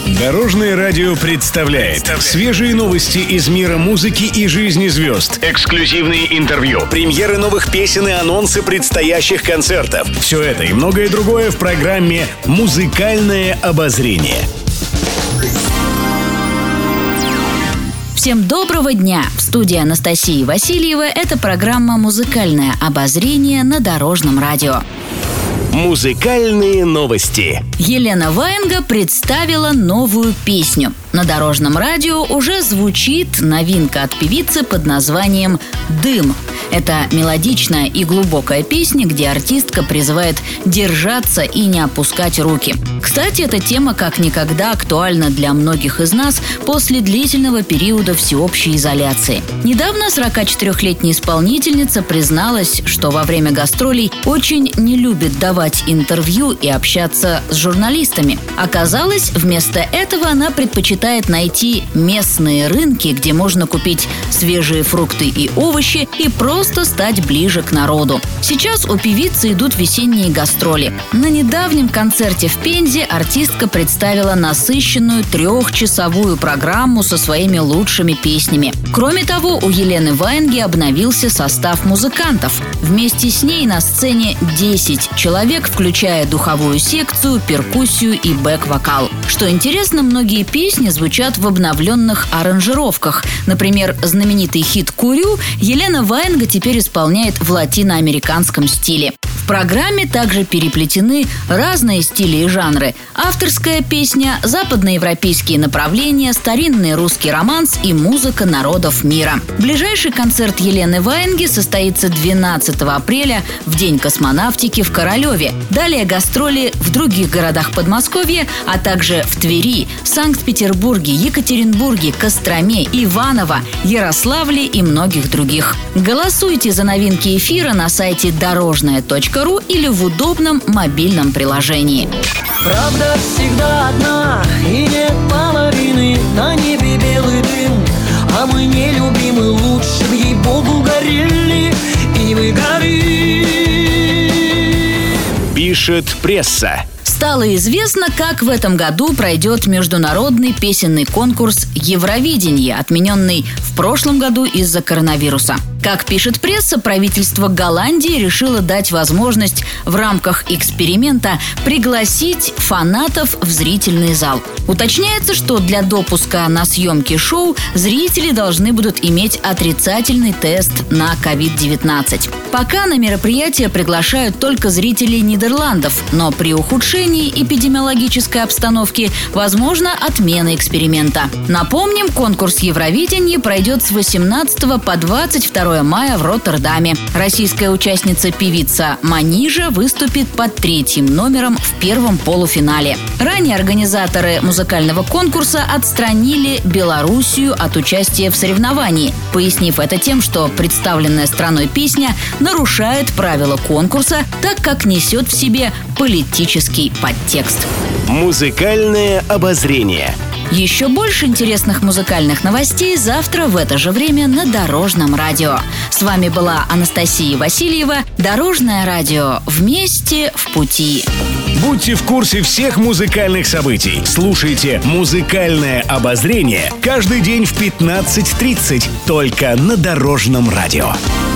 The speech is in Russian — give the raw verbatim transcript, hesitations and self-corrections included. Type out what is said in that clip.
Дорожное радио представляет свежие новости из мира музыки и жизни звезд. Эксклюзивные интервью, премьеры новых песен и анонсы предстоящих концертов. Все это и многое другое в программе «Музыкальное обозрение». Всем доброго дня! В студии Анастасии Васильева. Это программа «Музыкальное обозрение» на Дорожном радио. Музыкальные новости. Елена Ваенга представила новую песню. На Дорожном радио уже звучит новинка от певицы под названием «Дым». Это мелодичная и глубокая песня, где артистка призывает держаться и не опускать руки. Кстати, эта тема как никогда актуальна для многих из нас после длительного периода всеобщей изоляции. Недавно сорокачетырёхлетняя исполнительница призналась, что во время гастролей очень не любит давать интервью и общаться с журналистами. Оказалось, вместо этого она предпочитает найти местные рынки, где можно купить свежие фрукты и овощи и просто стать ближе к народу. Сейчас у певицы идут весенние гастроли. На недавнем концерте в Пензе артистка представила насыщенную трехчасовую программу со своими лучшими песнями. Кроме того, у Елены Ваенги обновился состав музыкантов. Вместе с ней на сцене десять человек, включая духовую секцию, перкуссию и бэк-вокал. Что интересно, многие песни звучат в обновленных аранжировках. Например, знаменитый хит «Курю» Елена Ваенга теперь исполняет в латиноамериканском стиле. В программе также переплетены разные стили и жанры. Авторская песня, западноевропейские направления, старинный русский романс и музыка народов мира. Ближайший концерт Елены Ваенги состоится двенадцатого апреля в День космонавтики в Королеве. Далее гастроли в других городах Подмосковья, а также в Твери, Санкт-Петербурге, Екатеринбурге, Костроме, Иваново, Ярославле и многих других. Голосуйте за новинки эфира на сайте дорожная точка ру или в удобном мобильном приложении. Правда всегда одна, и нет половины. На небе белый дым, а мы не любимы. Лучше б, ей-богу, горели, и мы горим. Пишет пресса. Стало известно, как в этом году пройдет международный песенный конкурс «Евровидение», отмененный в прошлом году из-за коронавируса. Как пишет пресса, правительство Голландии решило дать возможность в рамках эксперимента пригласить фанатов в зрительный зал. Уточняется, что для допуска на съемки шоу зрители должны будут иметь отрицательный тест на ковид девятнадцать. Пока на мероприятие приглашают только зрителей Нидерландов, но при ухудшении эпидемиологической обстановки возможна отмена эксперимента. Напомним, конкурс Евровидения пройдет с восемнадцатого по двадцать второе мая в Роттердаме. Российская участница-певица Манижа выступит под третьим номером в первом полуфинале. Ранее организаторы музыкального конкурса отстранили Белоруссию от участия в соревновании, пояснив это тем, что представленная страной песня нарушает правила конкурса, так как несет в себе политический подтекст. Музыкальное обозрение. Еще больше интересных музыкальных новостей завтра в это же время на Дорожном радио. С вами была Анастасия Васильева. Дорожное радио. Вместе в пути. Будьте в курсе всех музыкальных событий. Слушайте «Музыкальное обозрение» каждый день в пятнадцать тридцать только на Дорожном радио.